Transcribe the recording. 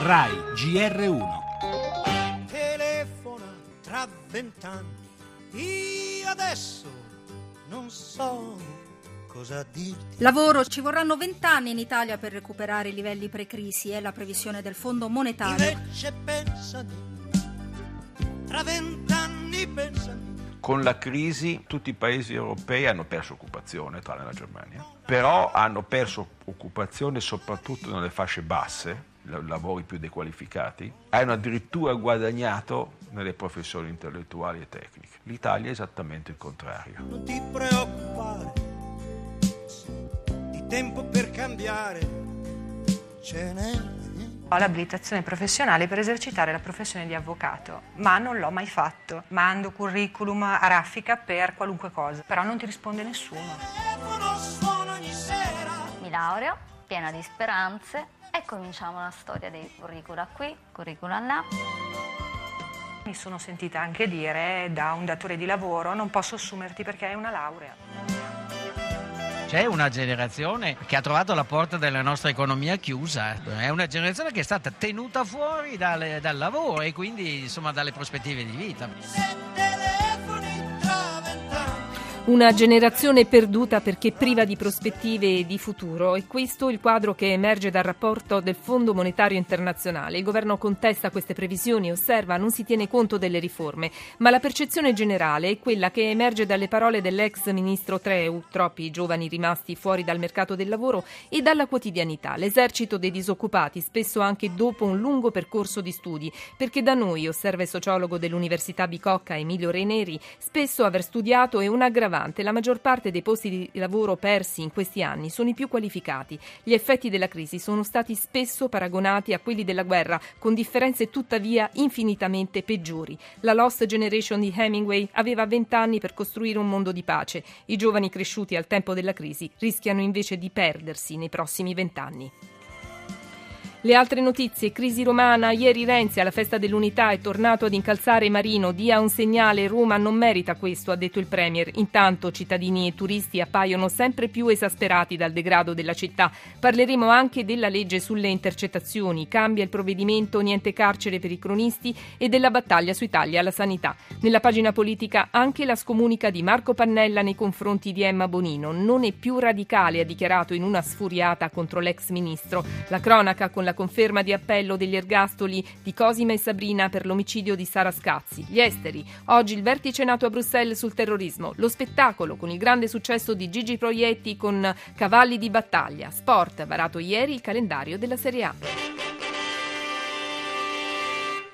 Rai GR1. Telefona tra 20 anni, io adesso non so cosa dirti. Lavoro, ci vorranno 20 anni in Italia per recuperare i livelli pre-crisi, è la previsione del Fondo Monetario. Invece pensami, tra 20 anni pensami. Con la crisi tutti i paesi europei hanno perso occupazione, tranne la Germania, però hanno perso occupazione soprattutto nelle fasce basse, lavori più dequalificati, hanno addirittura guadagnato nelle professioni intellettuali e tecniche. L'Italia è esattamente il contrario. Non ti preoccupare, di tempo per cambiare ce n'è. Ho l'abilitazione professionale per esercitare la professione di avvocato, ma non l'ho mai fatto. Mando curriculum a raffica per qualunque cosa, però non ti risponde nessuno. Mi laureo, piena di speranze, e cominciamo la storia dei curricula qui, curricula là. Mi sono sentita anche dire da un datore di lavoro: non posso assumerti perché hai una laurea. C'è una generazione che ha trovato la porta della nostra economia chiusa, è una generazione che è stata tenuta fuori dal lavoro e quindi insomma dalle prospettive di vita. Una generazione perduta perché priva di prospettive e di futuro, è questo il quadro che emerge dal rapporto del Fondo Monetario Internazionale. Il governo contesta queste previsioni e osserva non si tiene conto delle riforme, ma la percezione generale è quella che emerge dalle parole dell'ex ministro Treu: troppi giovani rimasti fuori dal mercato del lavoro e dalla quotidianità, l'esercito dei disoccupati, spesso anche dopo un lungo percorso di studi, perché da noi, osserva il sociologo dell'Università Bicocca Emilio Raineri, spesso aver studiato è un aggravante. La maggior parte dei posti di lavoro persi in questi anni sono i più qualificati. Gli effetti della crisi sono stati spesso paragonati a quelli della guerra, con differenze tuttavia infinitamente peggiori. La Lost Generation di Hemingway aveva 20 anni per costruire un mondo di pace. I giovani cresciuti al tempo della crisi rischiano invece di perdersi nei prossimi 20 anni. Le altre notizie: crisi romana, ieri Renzi alla festa dell'unità è tornato ad incalzare Marino, dia un segnale, Roma non merita questo, ha detto il Premier. Intanto cittadini e turisti appaiono sempre più esasperati dal degrado della città. Parleremo anche della legge sulle intercettazioni, cambia il provvedimento, niente carcere per i cronisti, e della battaglia sui tagli alla sanità. Nella pagina politica anche la scomunica di Marco Pannella nei confronti di Emma Bonino, non è più radicale, ha dichiarato in una sfuriata contro l'ex ministro. La cronaca con la conferma di appello degli ergastoli di Cosima e Sabrina per l'omicidio di Sara Scazzi. Gli esteri, oggi il vertice nato a Bruxelles sul terrorismo, lo spettacolo con il grande successo di Gigi Proietti con Cavalli di battaglia, sport, varato ieri il calendario della Serie A.